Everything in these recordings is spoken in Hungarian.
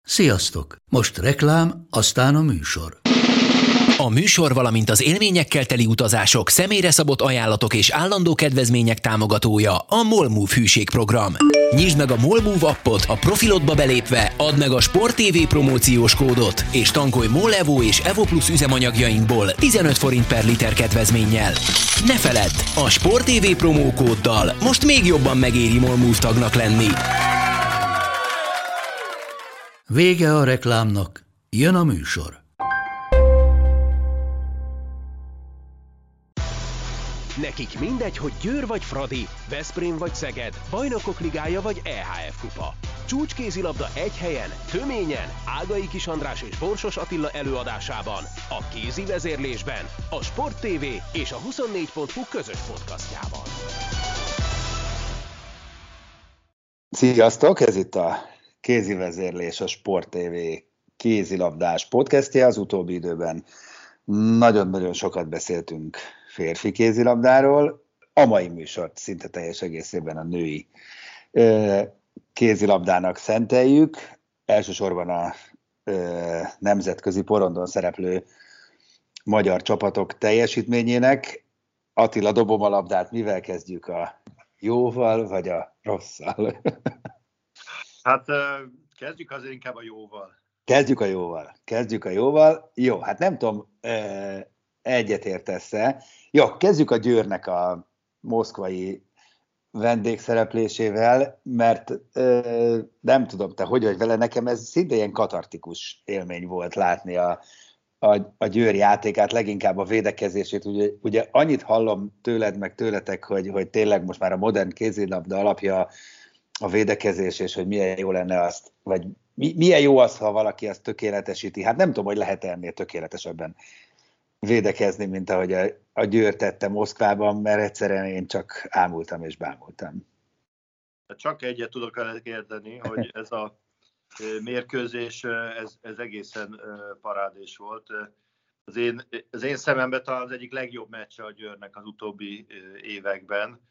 Sziasztok! Most reklám, aztán a műsor. A műsor, valamint az élményekkel teli utazások, személyre szabott ajánlatok és állandó kedvezmények támogatója a MOL Move hűségprogram. Nyisd meg a MOL Move appot, a profilodba belépve add meg a Sport TV promóciós kódot, és tankolj MOL Evo és Evo Plus üzemanyagjainkból 15 forint per liter kedvezménnyel. Ne feledd, a Sport TV promókóddal most még jobban megéri MOL Move tagnak lenni. Vége a reklámnak, jön a műsor. Nekik mindegy, hogy Győr vagy Fradi, Veszprém vagy Szeged, Bajnokok Ligája vagy EHF Kupa. Csúcskézilabda egy helyen, töményen, Ágai Kis András és Borsos Attila előadásában, a kézi vezérlésben, a Sport TV és a 24.hu közös podcastjában. Sziasztok, ez itt a kézi vezérlés, a Sport TV kézilabdás podcastja. Az utóbbi időben nagyon-nagyon sokat beszéltünk férfi kézilabdáról. A mai műsort szinte teljes egészében a női kézilabdának szenteljük. Elsősorban a nemzetközi porondon szereplő magyar csapatok teljesítményének. Attila, dobom a labdát, mivel kezdjük, a jóval vagy a rosszal? Hát kezdjük azért inkább a jóval. Kezdjük a jóval. Jó, hát nem tudom, egyetértesz-e. Jó, kezdjük a Győrnek a moszkvai vendégszereplésével, mert nem tudom, te hogy vagy vele, nekem ez szinte ilyen katartikus élmény volt látni a Győr játékát, leginkább a védekezését. Ugye annyit hallom tőled, meg tőletek, hogy tényleg most már a modern kézilabda alapja a védekezés, és hogy milyen jó lenne azt, vagy milyen jó az, ha valaki azt tökéletesíti. Hát nem tudom, hogy lehet ennél tökéletesebben védekezni, mint ahogy a Győr tette Moszkvában, mert egyszerűen én csak ámultam és bámultam. Csak egyet tudok érteni, hogy ez a mérkőzés, ez egészen parádés volt. Az én szememben talán az egyik legjobb meccse a Győrnek az utóbbi években.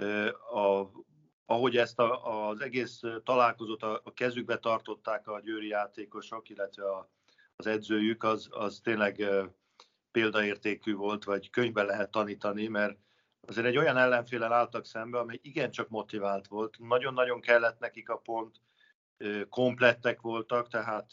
Ahogy ezt az egész találkozót a kezükbe tartották a győri játékosok, illetve az edzőjük, az tényleg példaértékű volt, vagy könyvben lehet tanítani, mert azért egy olyan ellenféllel álltak szembe, amely igencsak motivált volt. Nagyon-nagyon kellett nekik a pont, komplettek voltak, tehát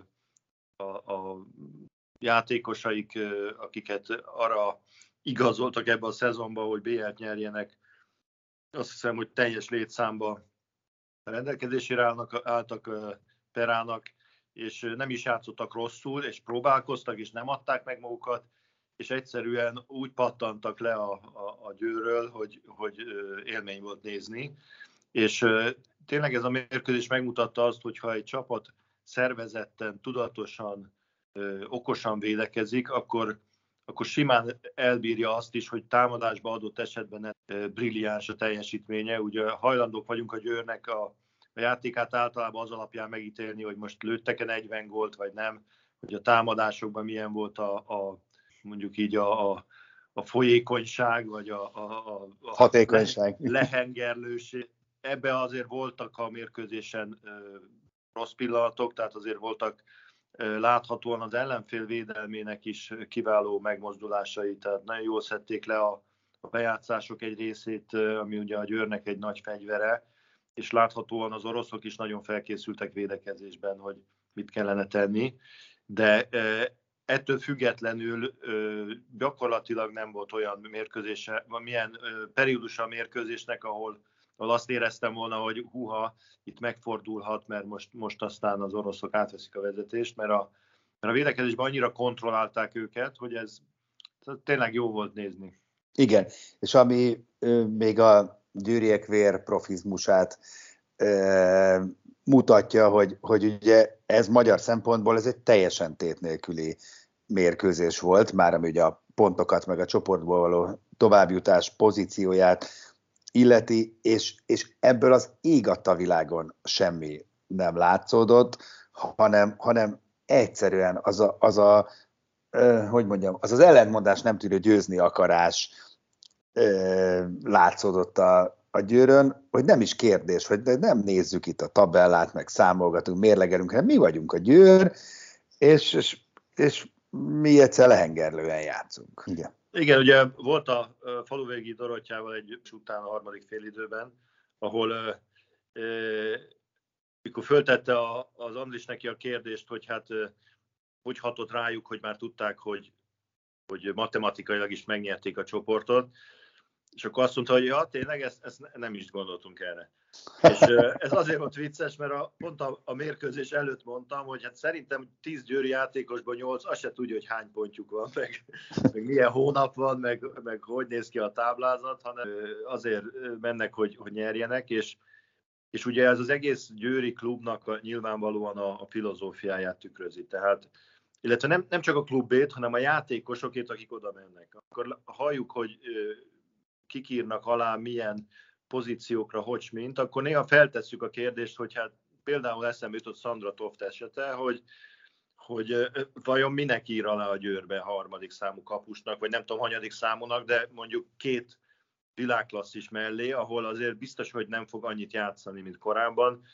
a játékosaik, akiket arra igazoltak ebbe a szezonba, hogy BL-t nyerjenek, azt hiszem, hogy teljes létszámba rendelkezésére álltak Perának, és nem is játszottak rosszul, és próbálkoztak, és nem adták meg magukat, és egyszerűen úgy pattantak le a Győrről, hogy élmény volt nézni. És tényleg ez a mérkőzés megmutatta azt, hogyha egy csapat szervezetten, tudatosan, okosan védekezik, akkor simán elbírja azt is, hogy támadásba adott esetben brilliáns a teljesítménye. Ugye hajlandók vagyunk a Győrnek a játékát általában az alapján megítélni, hogy most lőttek-e 40 gólt, vagy nem, hogy a támadásokban milyen volt mondjuk így a folyékonyság, vagy a hatékonyság, lehengerlőség. Ebben azért voltak a mérkőzésen rossz pillanatok, tehát azért voltak láthatóan az ellenfél védelmének is kiváló megmozdulásai, tehát nagyon jól szedték le a bejátszások egy részét, ami ugye a Győrnek egy nagy fegyvere, és láthatóan az oroszok is nagyon felkészültek védekezésben, hogy mit kellene tenni, de ettől függetlenül gyakorlatilag nem volt olyan mérkőzése, milyen periódus a mérkőzésnek, ahol azt éreztem volna, hogy itt megfordulhat, mert most aztán az oroszok átveszik a vezetést, mert a védekezésben annyira kontrollálták őket, hogy ez tényleg jó volt nézni. Igen, és ami még a győriek vérprofizmusát mutatja, hogy ugye ez magyar szempontból ez egy teljesen tét nélküli mérkőzés volt, már ami ugye a pontokat meg a csoportból való továbbjutás pozícióját illeti, és ebből az ég adta világon semmi nem látszódott, hanem egyszerűen az ellentmondás nem tűrő győzni akarás látszódott a Győrön, hogy nem is kérdés, hogy nem nézzük itt a tabellát, meg számolgatunk, mérlegelünk, hanem mi vagyunk a Győr, és mi egyszer lehengerlően játszunk. Igen, ugye volt a faluvégi Dorottyával egy után a harmadik félidőben, ahol mikor föltette az Andris neki a kérdést, hogy hát hogy hatott rájuk, hogy már tudták, hogy matematikailag is megnyerték a csoportot, és akkor azt mondta, hogy ja, tényleg ezt nem is gondoltunk erre. És ez azért volt vicces, mert pont a mérkőzés előtt mondtam, hogy hát szerintem 10 győri játékosban 8, azt se tudja, hogy hány pontjuk van, meg milyen hónap van, meg hogy néz ki a táblázat, hanem azért mennek, hogy nyerjenek, és ugye ez az egész győri klubnak nyilvánvalóan a filozófiáját tükrözi. Tehát, illetve nem csak a klubét, hanem a játékosokét, akik oda mennek. Akkor halljuk, hogy kik írnak alá, milyen pozíciókra, hogy mint, akkor néha feltesszük a kérdést, hogy hát például eszembe jutott Szandra Toft esete, hogy vajon minek ír alá a Győrbe harmadik számú kapusnak, vagy nem tudom, hanyadik számúnak, de mondjuk 2 világklasszis mellé, ahol azért biztos, hogy nem fog annyit játszani, mint korábban.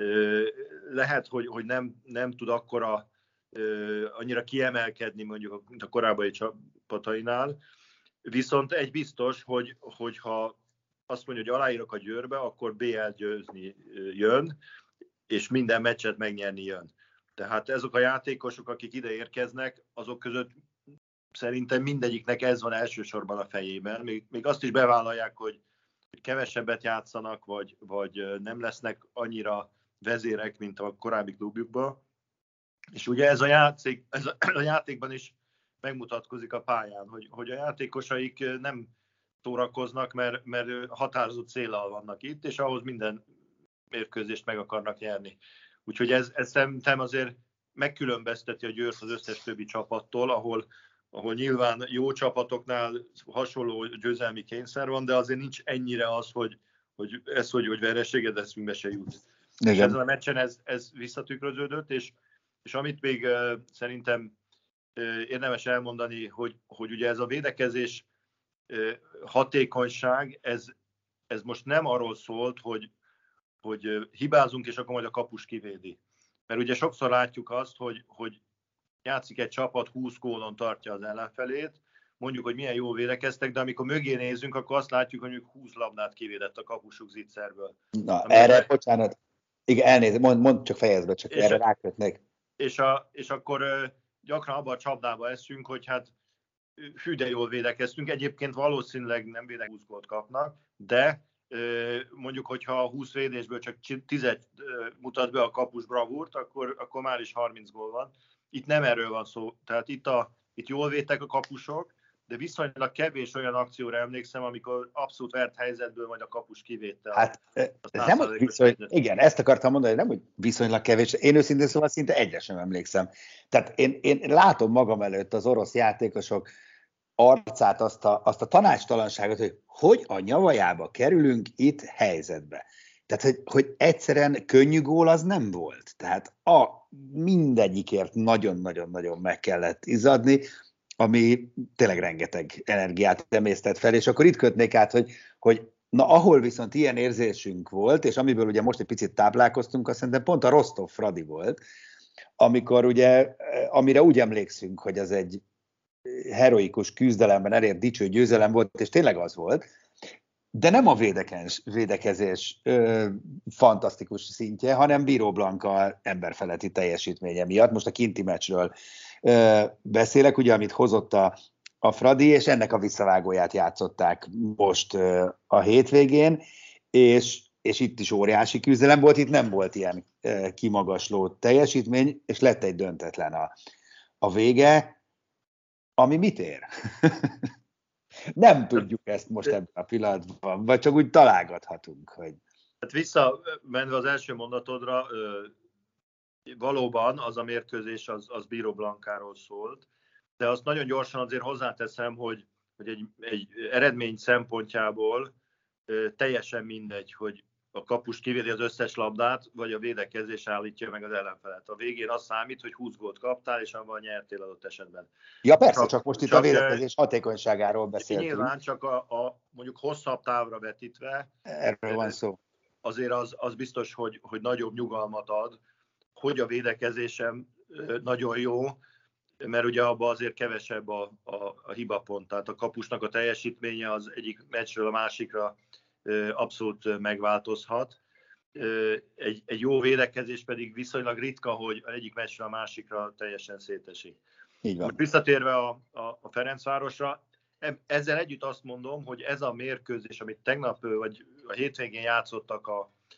Lehet, hogy nem tud akkora annyira kiemelkedni mondjuk mint a korábbi csapatainál, viszont egy biztos, hogy ha azt mondja, hogy aláírok a Győrbe, akkor BL győzni jön, és minden meccset megnyerni jön. Tehát ezek a játékosok, akik ide érkeznek, azok között szerintem mindegyiknek ez van elsősorban a fejében. Még azt is bevállalják, hogy kevesebbet játszanak, vagy nem lesznek annyira vezérek, mint a korábbi klubjukban. És ugye ez a játékban is megmutatkozik a pályán, hogy a játékosaik nem szórakoznak, mert határozott céllal vannak itt, és ahhoz minden mérkőzést meg akarnak nyerni. Úgyhogy ez szerintem azért megkülönbözteti a Győrt az összes többi csapattól, ahol nyilván jó csapatoknál hasonló győzelmi kényszer van, de azért nincs ennyire az, hogy vereséget eszünkbe se jut. És ezen a meccsen ez visszatükröződött, és amit még szerintem érdemes elmondani, hogy ugye ez a védekezés hatékonyság, ez most nem arról szólt, hogy hibázunk, és akkor majd a kapus kivédi. Mert ugye sokszor látjuk azt, hogy játszik egy csapat, 20 gólon tartja az ellenfelét, mondjuk, hogy milyen jól védekeztek, de amikor mögé nézünk, akkor azt látjuk, hogy mondjuk 20 labdát kivédett a kapusuk zicserből. Na, erre, bocsánat, igen, elnézést, mondd csak fejezbe, csak erre rákötnék. És akkor gyakran abban a csapdába eszünk, hogy hát hű, de jól védekeztünk. Egyébként valószínűleg nem 20 gólt kapnak, de mondjuk, hogyha a 20 védésből csak 10 mutat be a kapus bravúrt, akkor már is 30 gól van. Itt nem erről van szó. Tehát itt jól védtek a kapusok, de viszonylag kevés olyan akcióra emlékszem, amikor abszolút vert helyzetből majd a kapus kivédte. Hát ez nem, hogy igen, ezt akartam mondani, hogy nem, hogy viszonylag kevés. Én őszintén szóval szinte egyre sem emlékszem. Tehát én látom magam előtt az orosz játékosok arcát, azt a tanácstalanságot, hogy a nyavajába kerülünk itt helyzetbe. Tehát, hogy egyszerűen könnyű gól az nem volt. Tehát mindegyikért nagyon-nagyon-nagyon meg kellett izzadni, ami tényleg rengeteg energiát emésztett fel, és akkor itt kötnék át, hogy na ahol viszont ilyen érzésünk volt, és amiből ugye most egy picit táplálkoztunk, azt szerintem pont a Rostov-Fradi volt, amikor ugye, amire úgy emlékszünk, hogy az egy heroikus küzdelemben elért dicső győzelem volt, és tényleg az volt, de nem a védekezés fantasztikus szintje, hanem Bíró Blanka emberfeletti teljesítménye miatt. Most a kinti meccsről beszélek, ugye, amit hozott a Fradi, és ennek a visszavágóját játszották most a hétvégén, és itt is óriási küzdelem volt, itt nem volt ilyen kimagasló teljesítmény, és lett egy döntetlen a vége, ami mit ér? Nem tudjuk ezt most ebben a pillanatban, vagy csak úgy találgathatunk, hogy... Hát visszamenve az első mondatodra, valóban az a mérkőzés az Bíró Blankáról szólt, de azt nagyon gyorsan azért hozzáteszem, hogy egy eredmény szempontjából teljesen mindegy, hogy a kapus kivédi az összes labdát, vagy a védekezés állítja meg az ellenfelet. A végén az számít, hogy 20 gólt kaptál, és abban nyertél adott esetben. Ja persze, csak most itt a védekezés hatékonyságáról beszéltünk. Nyilván csak a mondjuk hosszabb távra vetítve. Erről van szó. Azért az biztos, hogy nagyobb nyugalmat ad, hogy a védekezésem nagyon jó, mert ugye abban azért kevesebb a hibapont. Tehát a kapusnak a teljesítménye az egyik meccsről a másikra abszolút megváltozhat. Egy jó védekezés pedig viszonylag ritka, hogy egyik meccsről a másikra teljesen szétesik. Így van. Visszatérve a Ferencvárosra, ezzel együtt azt mondom, hogy ez a mérkőzés, amit tegnap vagy a hétvégén játszottak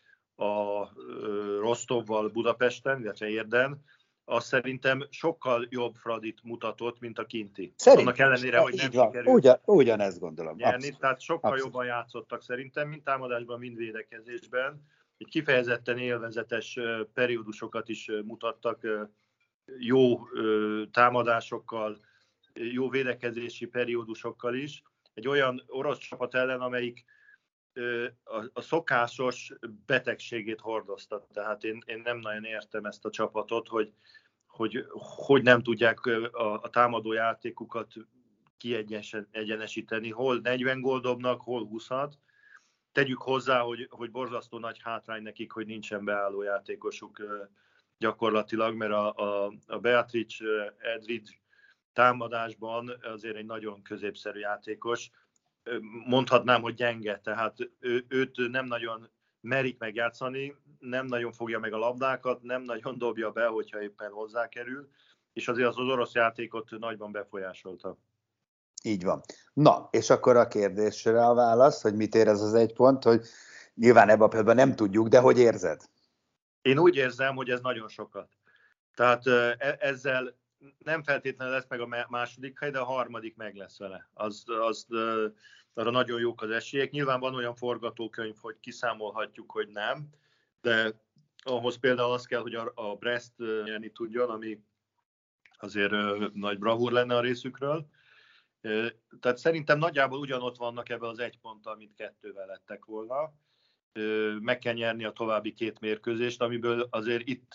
a Rostovval Budapesten, illetve Érden, az szerintem sokkal jobb Fradit mutatott, mint a kinti. Annak ellenére, hogy nem sikerült ugyanezt gondolom. nyerni, Abszolút. tehát sokkal Abszolút. jobban játszottak szerintem, mind támadásban, mind védekezésben. Egy kifejezetten élvezetes periódusokat is mutattak, jó támadásokkal, jó védekezési periódusokkal is. Egy olyan orosz csapat ellen, amelyik a szokásos betegségét hordozta. Tehát én nem nagyon értem ezt a csapatot, hogy nem tudják a támadó játékukat kiegyenesíteni. Hol 40 gólt dobnak, hol 20-at. Tegyük hozzá, hogy borzasztó nagy hátrány nekik, hogy nincsen beálló játékosuk gyakorlatilag, mert a Beatrice Edridge támadásban azért egy nagyon középszerű játékos. Mondhatnám, hogy gyenge, tehát őt nem nagyon merik megjátszani, nem nagyon fogja meg a labdákat, nem nagyon dobja be, hogyha éppen hozzákerül, és azért az orosz játékot nagyban befolyásolta. Így van. Na, és akkor a kérdésre a válasz, hogy mit ér ez az 1 pont, hogy nyilván ebben a pillanatban nem tudjuk, de hogy érzed? Én úgy érzem, hogy ez nagyon sokat. Tehát ezzel nem feltétlenül lesz meg a második hely, de a harmadik meg lesz vele. Arra nagyon jók az esélyek. Nyilván van olyan forgatókönyv, hogy kiszámolhatjuk, hogy nem, de ahhoz például az kell, hogy a Brest nyerni tudjon, ami azért nagy bravúr lenne a részükről. Tehát szerintem nagyjából ugyanott vannak ebben az 1 ponttal, mint 2-vel lettek volna. Meg kell nyerni a további 2 mérkőzést, amiből azért itt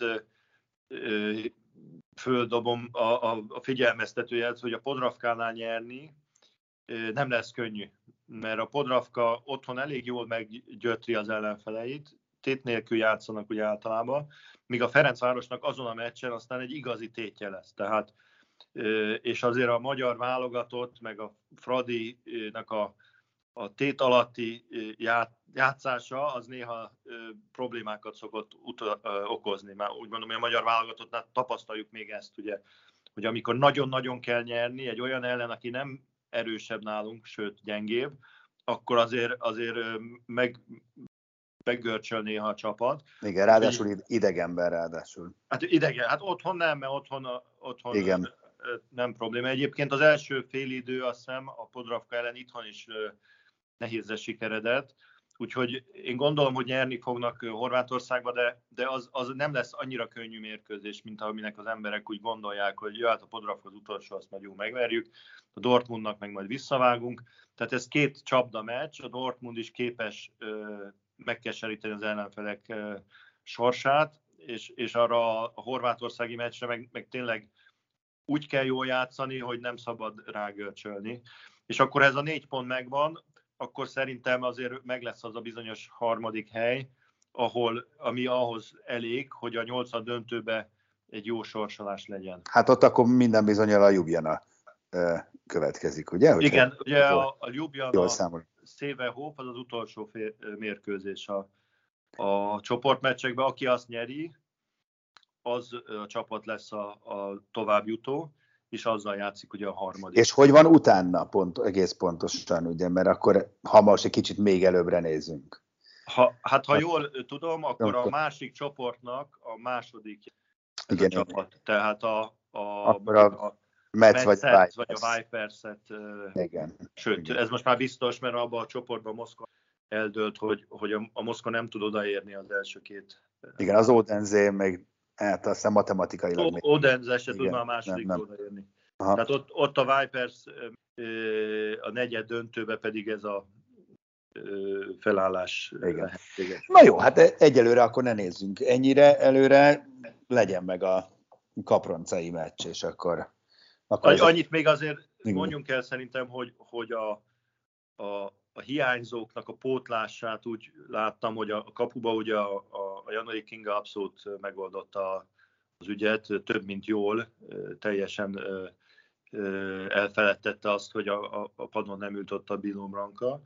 földobom a figyelmeztetőjelt, hogy a Podravkánál nyerni nem lesz könnyű, mert a Podravka otthon elég jól meggyötri az ellenfeleit, tét nélkül játszanak ugye általában, míg a Ferencvárosnak azon a meccsen aztán egy igazi tétje lesz. Tehát, és azért a magyar válogatott, meg a Fradinak a tét alatti játszása, az néha problémákat szokott okozni. Már úgy mondom, hogy a magyar válogatottnál tapasztaljuk még ezt, ugye, hogy amikor nagyon-nagyon kell nyerni egy olyan ellen, aki nem erősebb nálunk, sőt gyengébb, akkor azért meggörcsöl néha a csapat. Igen, ráadásul idegenben ráadásul. Hát idegen, hát otthon nem, mert otthon igen. Nem probléma. Egyébként az első félidő, azt hiszem, a Podravka ellen itthon is nehézre sikeredett, úgyhogy én gondolom, hogy nyerni fognak Horvátországba, de az nem lesz annyira könnyű mérkőzés, mint aminek az emberek úgy gondolják, hogy hát a Podravka az utolsó, azt majd jó megverjük, a Dortmundnak meg majd visszavágunk. Tehát ez 2 csapda meccs, a Dortmund is képes megkeseríteni az ellenfelek sorsát, és arra a horvátországi meccsre meg tényleg úgy kell jól játszani, hogy nem szabad rágörcsölni. És akkor ez a 4 pont megvan, akkor szerintem azért meg lesz az a bizonyos harmadik hely, ami ahhoz elég, hogy a 8. döntőbe egy jó sorsolás legyen. Hát ott akkor minden bizonnyal a Ljubljana következik, ugye? Hogyha igen, ugye a Ljubljana Szévehóf az utolsó mérkőzés a csoportmeccsekben. Aki azt nyeri, az a csapat lesz a továbbjutó, és azzal játszik ugye a harmadik. És hogy van utána egész pontosan, ugye, mert akkor ha most egy kicsit még előbbre nézzünk. Ha jól tudom, akkor a másik csoportnak a második igen, csapat. Tehát a Metz vagy a Vipers-et. Igen. Sőt, igen. Ez most már biztos, mert abban a csoportban Moszkva eldőlt, hogy a Moszkva nem tud odaérni az első 2. Igen, az Odense meg hát aztán matematikailag Odense se tud már a második odaérni. Tehát ott a Vipers a 4. döntőbe pedig ez a felállás lehetséges. Na jó, hát egyelőre akkor ne nézzünk ennyire előre, legyen meg a kaproncai meccs, és akkor Annyit még azért mondjunk el szerintem, hogy a hiányzóknak a pótlását úgy láttam, hogy a kapuba ugye a Janori Kinga abszolút megoldotta az ügyet, több mint jól, teljesen elfeledtette azt, hogy a padon nem ült ott a Bino Branca.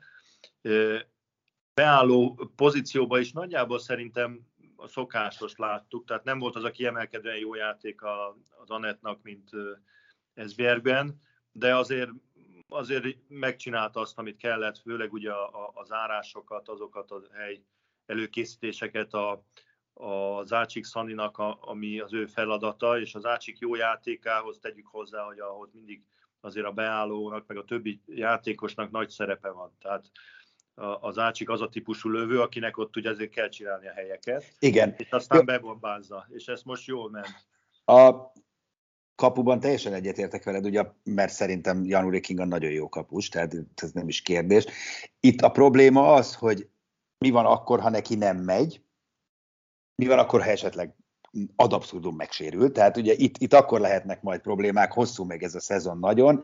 Beálló pozícióban is nagyjából szerintem a szokásos láttuk, tehát nem volt az a kiemelkedően jó játék az Anettnak, mint Esbjergben, de azért megcsinálta azt, amit kellett, főleg ugye a zárásokat, azokat a hely előkészítéseket a Zácsik Szaninak, ami az ő feladata, és az Zácsik jó játékához tegyük hozzá, hogy ahhoz mindig azért a beállónak, meg a többi játékosnak nagy szerepe van. Tehát az Zácsik az a típusú lövő, akinek ott ugye azért kell csinálni a helyeket. Igen. És aztán bebombázza, és ez most jól ment. A kapuban teljesen egyetértek veled, ugye, mert szerintem Januri Kinga nagyon jó kapus, tehát ez nem is kérdés. Itt a probléma az, hogy mi van akkor, ha neki nem megy, mi van akkor, ha esetleg ad abszurdum megsérül. Tehát ugye itt akkor lehetnek majd problémák, hosszú meg ez a szezon nagyon,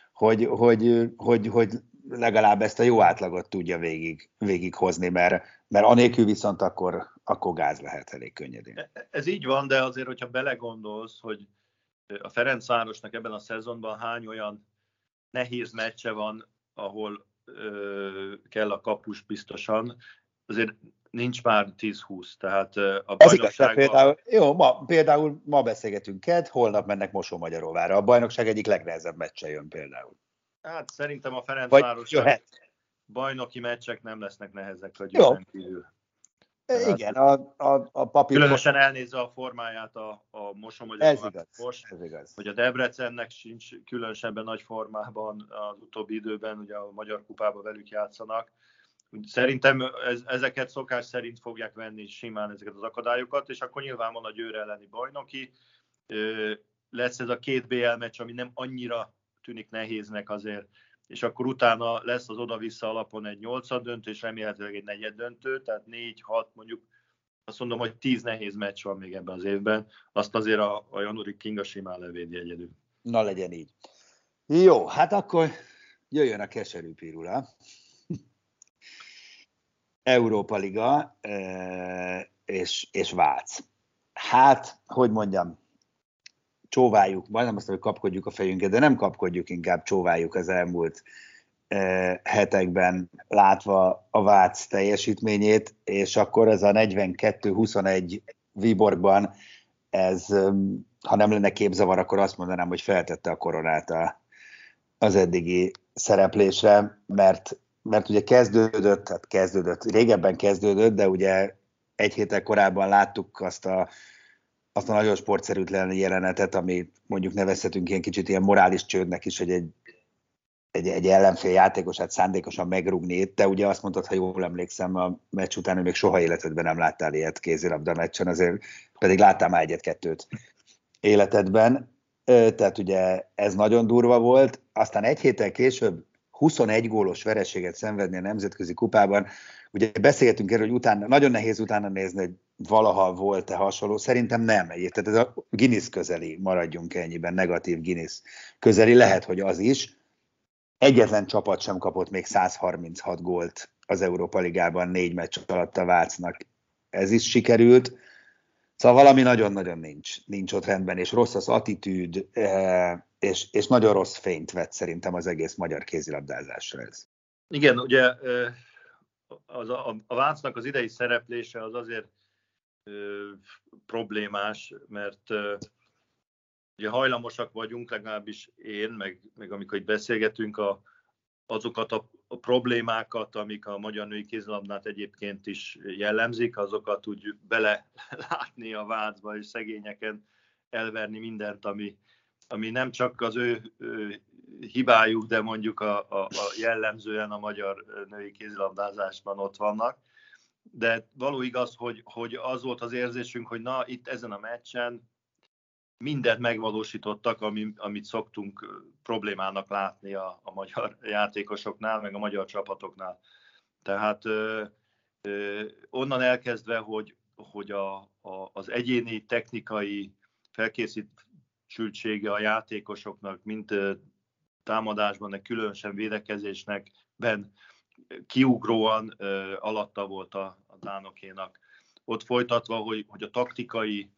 hogy legalább ezt a jó átlagot tudja végighozni, mert anélkül viszont akkor gáz lehet elég könnyedén. Ez így van, de azért, hogyha belegondolsz, hogy a Ferencvárosnak ebben a szezonban hány olyan nehéz meccse van, ahol kell a kapus biztosan, azért nincs már 10-20, tehát a bajnokságban... Például ma beszélgetünk kedd, holnap mennek Mosonmagyaróvára. A bajnokság egyik legnehezebb meccse jön például. Hát szerintem a Ferencvárosnak bajnoki meccsek nem lesznek nehezek a Győren kívül. Igen, a papír... Különösen elnézve a formáját a Mosonmagyaróvár most, hogy a Debrecennek sincs különösebben nagy formában az utóbbi időben, ugye a Magyar Kupában velük játszanak. Szerintem ezeket szokás szerint fogják venni simán ezeket az akadályokat, és akkor nyilván van a Győr elleni bajnoki. Lesz ez a 2 BL meccs, ami nem annyira tűnik nehéznek azért, és akkor utána lesz az oda-vissza alapon egy 8. döntő, és remélhetőleg egy 4. döntő, tehát 4-6 mondjuk, azt mondom, hogy 10 nehéz meccs van még ebben az évben, azt azért a Januri Kinga simán levédi egyedül. Na legyen így. Jó, hát akkor jöjjön a keserű pirula. Európa Liga és Vác. Hát, hogy mondjam, csóváljuk, majdnem azt, hogy kapkodjuk a fejünket, de nem kapkodjuk, inkább csóváljuk az elmúlt hetekben látva a Vác teljesítményét, és akkor ez a 42-21 Viborgban, ez, ha nem lenne képzavar, akkor azt mondanám, hogy feltette a koronát az eddigi szereplésre, mert ugye kezdődött, régebben kezdődött, de ugye egy héttel korábban láttuk azt a nagyon sportszerűtlen jelenetet, ami mondjuk nevezhetünk ilyen kicsit ilyen morális csődnek is, hogy egy ellenfél játékosát szándékosan megrúgni. Te ugye azt mondtad, ha jól emlékszem a meccs után, hogy még soha életedben nem láttál ilyet kézilabda meccsen, azért pedig láttál már egyet-kettőt életedben. Tehát ugye ez nagyon durva volt. Aztán egy héttel később 21 gólos vereséget szenvedni a Nemzetközi Kupában. Ugye beszélgetünk erről, hogy nagyon nehéz utána nézni, hogy valaha volt-e hasonló. Szerintem nem. Tehát ez a Guinness közeli, maradjunk ennyiben, negatív Guinness közeli, lehet, hogy az is. Egyetlen csapat sem kapott még 136 gólt az Európa Ligában 4 meccs alatt a Vácnak. Ez is sikerült. Szóval valami nagyon-nagyon nincs ott rendben, és rossz az attitűd, és nagyon rossz fényt vett szerintem az egész magyar kézilabdázásra ez. Igen, ugye a Vácnak az idei szereplése az azért problémás, mert ugye hajlamosak vagyunk, legalábbis én, meg amikor itt beszélgetünk, azokat a problémákat, amik a magyar női kézilabdát egyébként is jellemzik, azokat úgy belelátni a Vácba, és szegényeken elverni mindent, ami nem csak az ő hibájuk, de mondjuk a jellemzően a magyar női kézilabdázásban ott vannak. De való igaz, hogy az volt az érzésünk, hogy na, itt ezen a meccsen mindent megvalósítottak, amit szoktunk problémának látni a magyar játékosoknál, meg a magyar csapatoknál. Tehát onnan elkezdve, hogy az egyéni technikai felkészültsége a játékosoknak, mint támadásban, de különösen védekezésnek kiugróan alatta volt a dánokénak. Ott folytatva, hogy a taktikai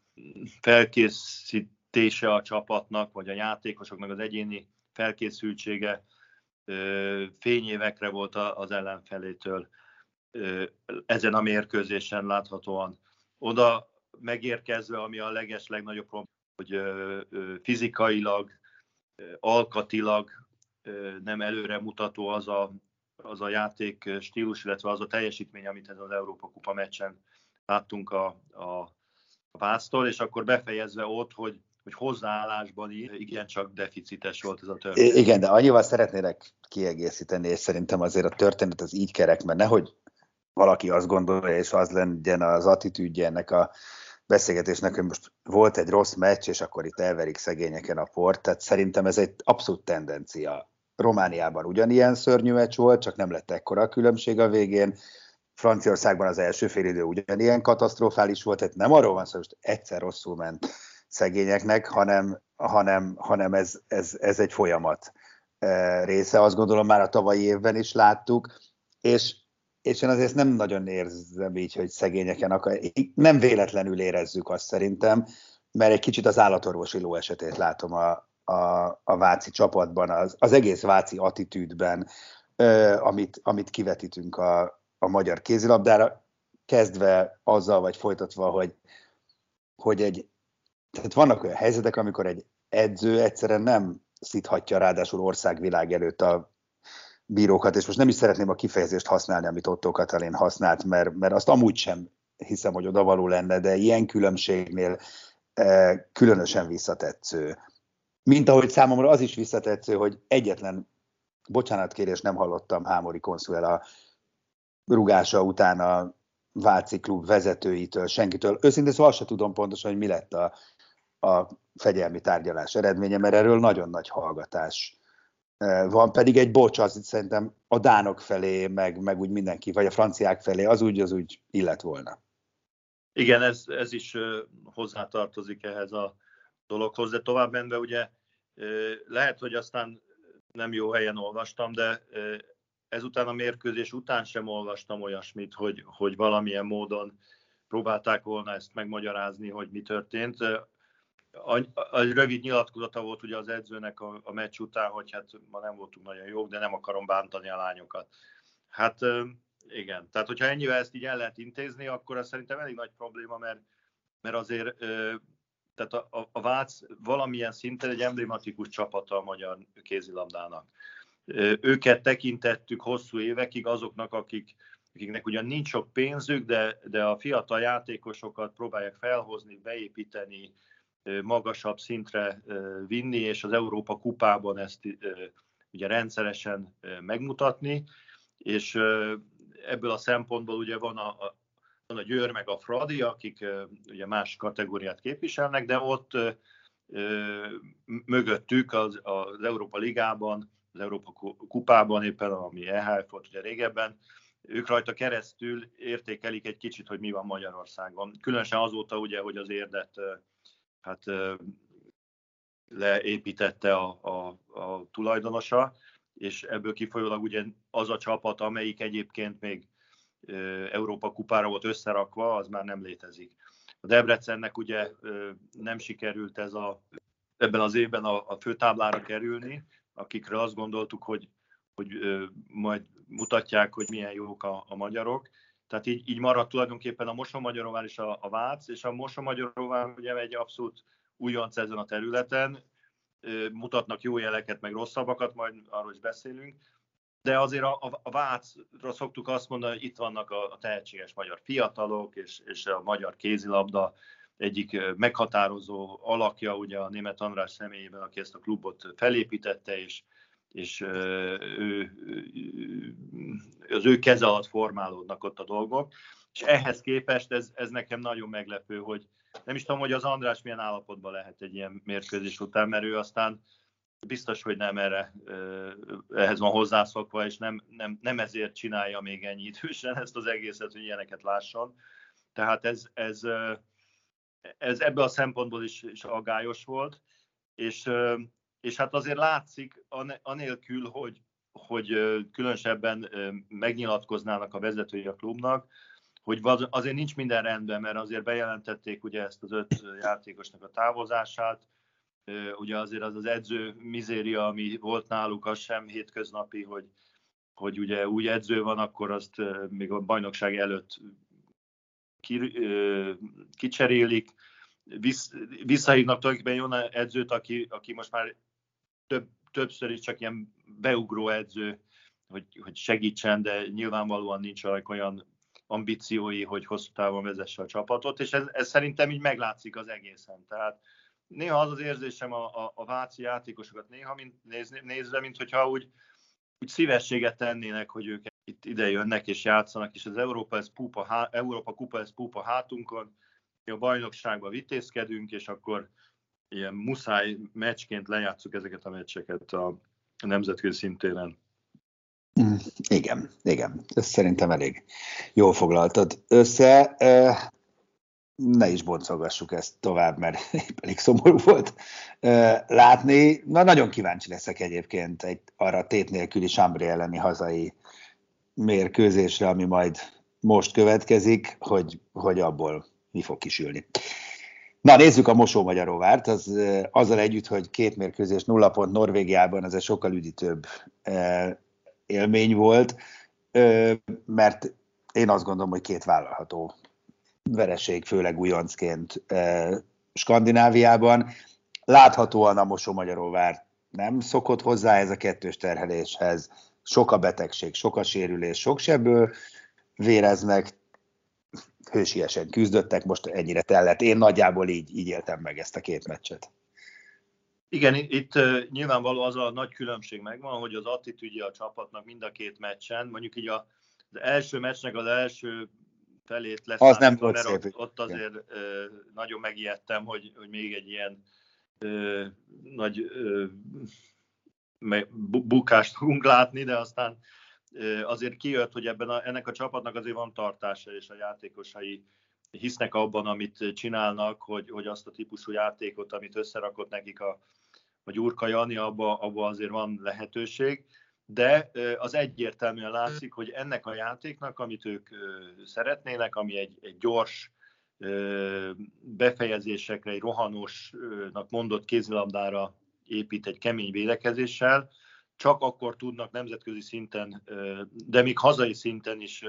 felkészítése a csapatnak, vagy a játékosoknak az egyéni felkészültsége fényévekre volt az ellenfelétől ezen a mérkőzésen láthatóan. Oda megérkezve, ami a legnagyobb probléma, hogy fizikailag, alkatilag nem előremutató az a játék stílus, illetve az a teljesítmény, amit ez az Európa-kupa meccsen láttunk a Váctól, és akkor befejezve ott, hogy hozzáállásban igencsak deficites volt ez a történet. Igen, de annyival szeretnélek kiegészíteni, és szerintem azért a történet az így kerek, mert nehogy valaki azt gondolja, és az legyen az attitűdje ennek a beszélgetésnek, hogy most volt egy rossz meccs, és akkor itt elverik szegényeken a port. Tehát szerintem ez egy abszolút tendencia. Romániában ugyanilyen szörnyű meccs volt, csak nem lett ekkora a különbség a végén. Franciaországban az első félidő ugyanilyen katasztrofális volt, tehát nem arról van szó, hogy egyszer rosszul ment szegényeknek, hanem ez egy folyamat része. Azt gondolom már a tavalyi évben is láttuk, és én azért nem nagyon érzem így, hogy szegényeken akar. Nem véletlenül érezzük azt szerintem, mert egy kicsit az állatorvosi ló esetét látom a váci csapatban, az egész váci attitűdben, amit kivetítünk a magyar kézilabdára, kezdve azzal, vagy folytatva, hogy tehát vannak olyan helyzetek, amikor egy edző egyszerűen nem szíthatja ráadásul országvilág előtt a bírókat, és most nem is szeretném a kifejezést használni, amit Otto Katalin használt, mert azt amúgy sem hiszem, hogy odavaló lenne, de ilyen különbségnél különösen visszatetsző. Mint ahogy számomra az is visszatetsző, hogy egyetlen bocsánatkérés nem hallottam Hámori Consuela rugása után a váci klub vezetőitől, senkitől. Őszintén szóval azt sem tudom pontosan, hogy mi lett a fegyelmi tárgyalás eredménye, mert erről nagyon nagy hallgatás van, pedig egy bocs, az szerintem a dánok felé, meg úgy mindenki, vagy a franciák felé, az úgy illet volna. Igen, ez is hozzátartozik ehhez a dologhoz, de tovább menve ugye lehet, hogy aztán nem jó helyen olvastam, de ezután a mérkőzés után sem olvastam olyasmit, hogy valamilyen módon próbálták volna ezt megmagyarázni, hogy mi történt. A rövid nyilatkozata volt ugye az edzőnek a meccs után, hogy hát ma nem voltunk nagyon jók, de nem akarom bántani a lányokat. Hát igen, tehát hogyha ennyivel ezt így el lehet intézni, akkor ez szerintem elég nagy probléma, mert azért tehát a Vác valamilyen szinten egy emblematikus csapata a magyar kézilabdának. Őket tekintettük hosszú évekig azoknak, akiknek ugyan nincs sok pénzük, de a fiatal játékosokat próbálják felhozni, beépíteni, magasabb szintre vinni, és az Európa kupában ezt ugye rendszeresen megmutatni, és ebből a szempontból ugye van a Győr meg a Fradi, akik ugye más kategóriát képviselnek, de ott mögöttük az Európa Ligában, az Európa kupában éppen, ami EHF volt ugye régebben, ők rajta keresztül értékelik egy kicsit, hogy mi van Magyarországon. Különösen azóta ugye, hogy az Érdet hát leépítette a tulajdonosa, és ebből kifolyólag ugye az a csapat, amelyik egyébként még Európa kupára volt összerakva, az már nem létezik. A Debrecennek ugye nem sikerült ebben az évben a főtáblára kerülni, akikről azt gondoltuk, hogy majd mutatják, hogy milyen jók a magyarok. Tehát így maradt tulajdonképpen a Mosonmagyaróvár és a Vác, és a Mosonmagyaróvár ugye egy abszolút újonc ezen a területen, mutatnak jó jeleket, meg rosszabbakat, majd arról is beszélünk, de azért a Vácra szoktuk azt mondani, hogy itt vannak a tehetséges magyar fiatalok, és a magyar kézilabda egyik meghatározó alakja, ugye a Németh András személyében, aki ezt a klubot felépítette, és az ő keze alatt formálódnak ott a dolgok. És ehhez képest ez nekem nagyon meglepő, hogy nem is tudom, hogy az András milyen állapotban lehet egy ilyen mérkőzés után, mert ő aztán biztos, hogy nem ehhez van hozzászokva, és nem ezért csinálja még ennyi idősen ezt az egészet, hogy ilyeneket lásson. Tehát ez ebből a szempontból is aggályos volt, és hát azért látszik, anélkül, hogy különösebben megnyilatkoznának a vezetői a klubnak, hogy azért nincs minden rendben, mert azért bejelentették ugye ezt az 5 játékosnak a távozását, ugye azért az edző mizéria, ami volt náluk, az sem hétköznapi, hogy ugye új edző van, akkor azt még a bajnokság előtt kicserélik, visszahívnak tulajdonképpen olyan edzőt, aki most már többször is csak ilyen beugró edző, hogy segítsen, de nyilvánvalóan nincs olyan ambíciói, hogy hosszú távon vezesse a csapatot, és ez szerintem így meglátszik az egészen. Tehát néha az érzésem a váci játékosokat néha nézve, mintha úgy szívességet tennének, hogy ők itt ide jönnek és játszanak, és az Európa Kupa ez púpa hátunkon, mi a bajnokságba vitézkedünk, és akkor ilyen muszáj meccsként lejátszuk ezeket a meccseket a nemzetközi szintéren. Igen. Ezt szerintem elég jól foglaltad össze. Ne is boncolgassuk ezt tovább, mert elég szomorú volt látni. Na, nagyon kíváncsi leszek egyébként arra a tét nélküli Chambry elleni hazai mérkőzésre, ami majd most következik, hogy abból mi fog kisülni. Na, nézzük a Mosó-Magyaróvárt, azzal együtt, hogy 2 mérkőzés 0 pont Norvégiában, ez egy sokkal üdítőbb élmény volt, mert én azt gondolom, hogy 2 vállalható vereség, főleg újoncként Skandináviában. Láthatóan a Mosó-Magyaróvár nem szokott hozzá ez a 2-s terheléshez, sok a betegség, sok a sérülés, sok sebből véreznek, hősiesen küzdöttek, most ennyire tellett. Én nagyjából így éltem meg ezt a 2 meccset. Igen, itt nyilvánvaló az a nagy különbség megvan, hogy az attitűdje a csapatnak mind a 2 meccsen, mondjuk így az első meccsnek az első felét leszámítva, mert ott azért nagyon megijedtem, hogy még egy ilyen nagy bukást fogunk látni, de aztán azért kijött, hogy ennek a csapatnak azért van tartása, és a játékosai hisznek abban, amit csinálnak, hogy azt a típusú játékot, amit összerakott nekik a Gyurka Jani, abba azért van lehetőség, de az egyértelműen látszik, hogy ennek a játéknak, amit ők szeretnének, ami egy gyors befejezésekre, egy rohanósnak mondott kézilabdára épít egy kemény védekezéssel, csak akkor tudnak nemzetközi szinten, de még hazai szinten is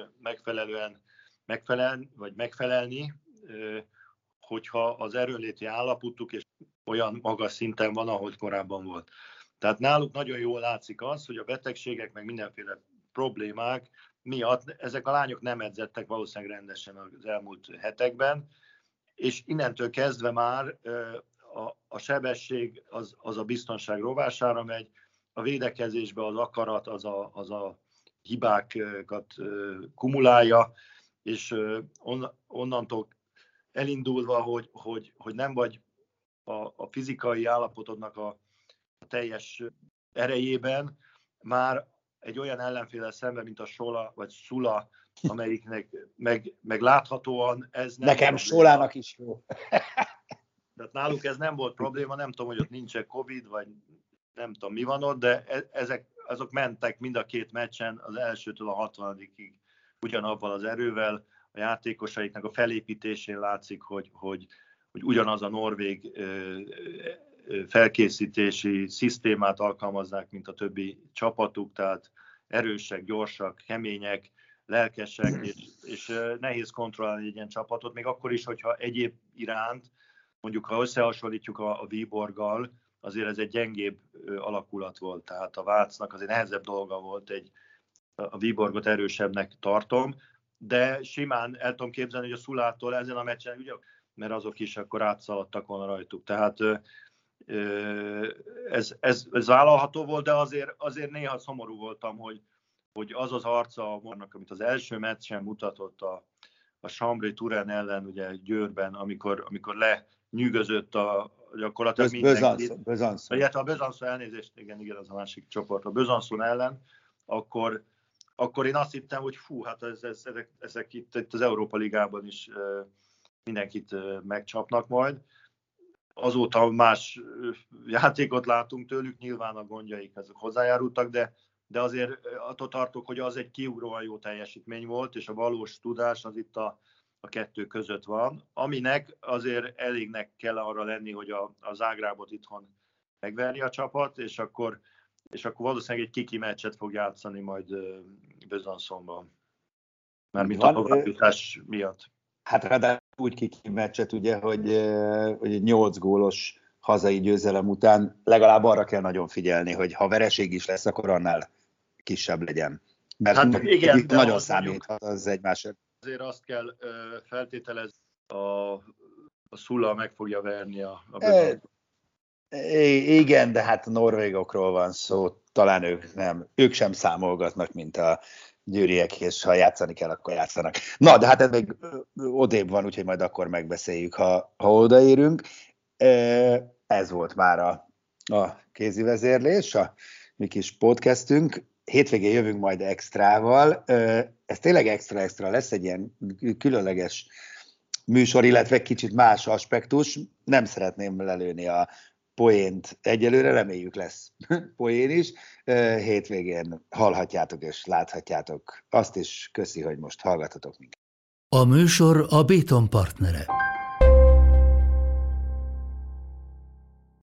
megfelelni, hogyha az erőnléti állapotuk és olyan magas szinten van, ahogy korábban volt. Tehát náluk nagyon jól látszik az, hogy a betegségek, meg mindenféle problémák miatt ezek a lányok nem edzettek valószínűleg rendesen az elmúlt hetekben, és innentől kezdve már a sebesség az a biztonság rovására megy, a védekezésbe az akarat az a hibákat kumulálja, és onnantól elindulva, hogy nem vagy a fizikai állapotodnak a teljes erejében, már egy olyan ellenféllel szemben, mint a Sola vagy Sula, amelyiknek meg láthatóan ez nem nekem Solának is jó. Tehát náluk ez nem volt probléma, nem tudom, hogy ott nincs Covid, vagy nem tudom, mi van ott, de azok mentek mind a 2 meccsen az elsőtől a 60-ig ugyanabban az erővel. A játékosaiknak a felépítésén látszik, hogy ugyanaz a norvég felkészítési szisztémát alkalmazzák, mint a többi csapatuk, tehát erősek, gyorsak, kemények, lelkesek, és nehéz kontrollálni egy ilyen csapatot, még akkor is, hogyha egyéb iránt, mondjuk ha összehasonlítjuk a Viborggal, azért ez egy gyengébb alakulat volt, tehát a Vácnak azért nehezebb dolga volt, a Viborgot erősebbnek tartom, de simán el tudom képzelni, hogy a Szulától ezen a meccsen, ugye, mert azok is akkor átszaladtak volna rajtuk. Tehát ez vállalható volt, de azért néha szomorú voltam, hogy az arca annak, amit az első meccsen mutatott a Chambry Touraine ellen, ugye Győrben, amikor lenyűgözött gyakorlatilag mindenkit. Besançon. Illetve a Besançon, elnézést, igen, az a másik csoport. A Besançon ellen, akkor én azt hittem, hogy hát ezek itt az Európa Ligában is mindenkit megcsapnak majd. Azóta más játékot látunk tőlük, nyilván a gondjaik ezek hozzájárultak, de azért attól tartok, hogy az egy kiugróan jó teljesítmény volt, és a valós tudás az itt a kettő között van, aminek azért elégnek kell arra lenni, hogy a Zágrábot itthon megverni a csapat, és akkor valószínűleg egy kiki meccset fog játszani majd Besançonban. Mármint a továbbjutás miatt. Hát ráadásul úgy kiki meccset, ugye, hogy 8 gólos hazai győzelem után legalább arra kell nagyon figyelni, hogy ha vereség is lesz, akkor annál kisebb legyen. Mert hát igen, nagyon számíthat az egymásért. Azért azt kell feltételezni, a Sula meg fogja verni a igen, de hát a norvégokról van szó, talán ők sem számolgatnak, mint a győriek, és ha játszani kell, akkor játszanak. Na, de hát ez még odébb van, úgyhogy majd akkor megbeszéljük, ha odaérünk. Ez volt már a kézi vezérlés, a mi kis podcastünk. Hétvégén jövünk majd extrával. Ez tényleg extra lesz, egy ilyen különleges műsor, illetve kicsit más aspektus. Nem szeretném lelőni a poént egyelőre, reméljük lesz poén is. Hétvégén hallhatjátok és láthatjátok. Azt is köszi, hogy most hallgatatok minket. A műsor a Béton partnere.